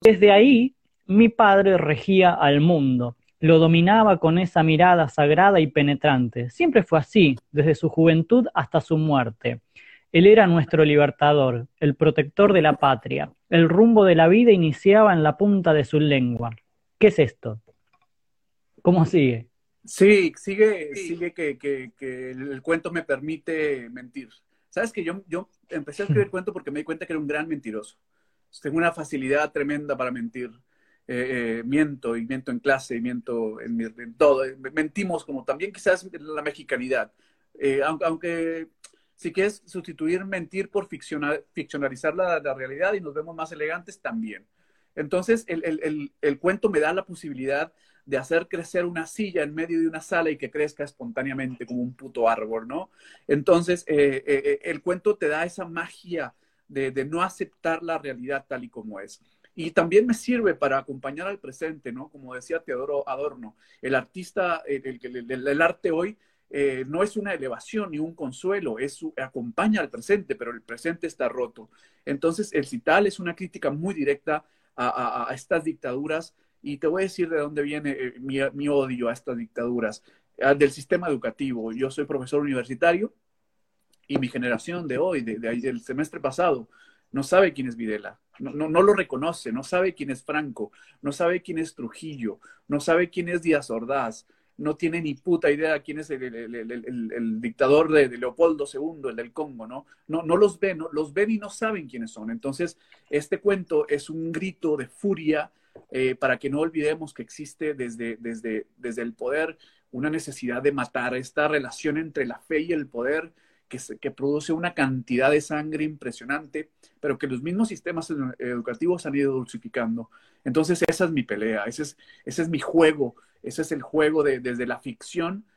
Desde ahí, mi padre regía al mundo, lo dominaba con esa mirada sagrada y penetrante. Siempre fue así, desde su juventud hasta su muerte. Él era nuestro libertador, el protector de la patria. El rumbo de la vida iniciaba en la punta de su lengua. ¿Qué es esto? ¿Cómo sigue? Sí, sigue que el cuento me permite mentir. Sabes que yo empecé a escribir cuento porque me di cuenta que era un gran mentiroso. Tengo una facilidad tremenda para mentir. Miento y miento en clase y miento en todo. Mentimos como también quizás la mexicanidad. Aunque si quieres sustituir mentir por ficcionalizar la realidad y nos vemos más elegantes, también. Entonces, el cuento me da la posibilidad de hacer crecer una silla en medio de una sala y que crezca espontáneamente como un puto árbol, ¿no? Entonces, el cuento te da esa magia de no aceptar la realidad tal y como es. Y también me sirve para acompañar al presente, ¿no? Como decía Teodoro Adorno, el artista, el arte hoy no es una elevación ni un consuelo, acompaña al presente, pero el presente está roto. Entonces, el Cital es una crítica muy directa a estas dictaduras y te voy a decir de dónde viene mi odio a estas dictaduras, del sistema educativo. Yo soy profesor universitario y mi generación de hoy, del semestre pasado, no sabe quién es Videla, no lo reconoce, no sabe quién es Franco, no sabe quién es Trujillo, no sabe quién es Díaz Ordaz, no tiene ni puta idea quién es el dictador de Leopoldo II, el del Congo, ¿no? No los ven, ¿no? Los ven y no saben quiénes son. Entonces, este cuento es un grito de furia para que no olvidemos que existe desde el poder una necesidad de matar esta relación entre la fe y el poder que produce una cantidad de sangre impresionante, pero que los mismos sistemas educativos han ido dulcificando. Entonces esa es mi pelea, ese es mi juego, ese es el juego desde la ficción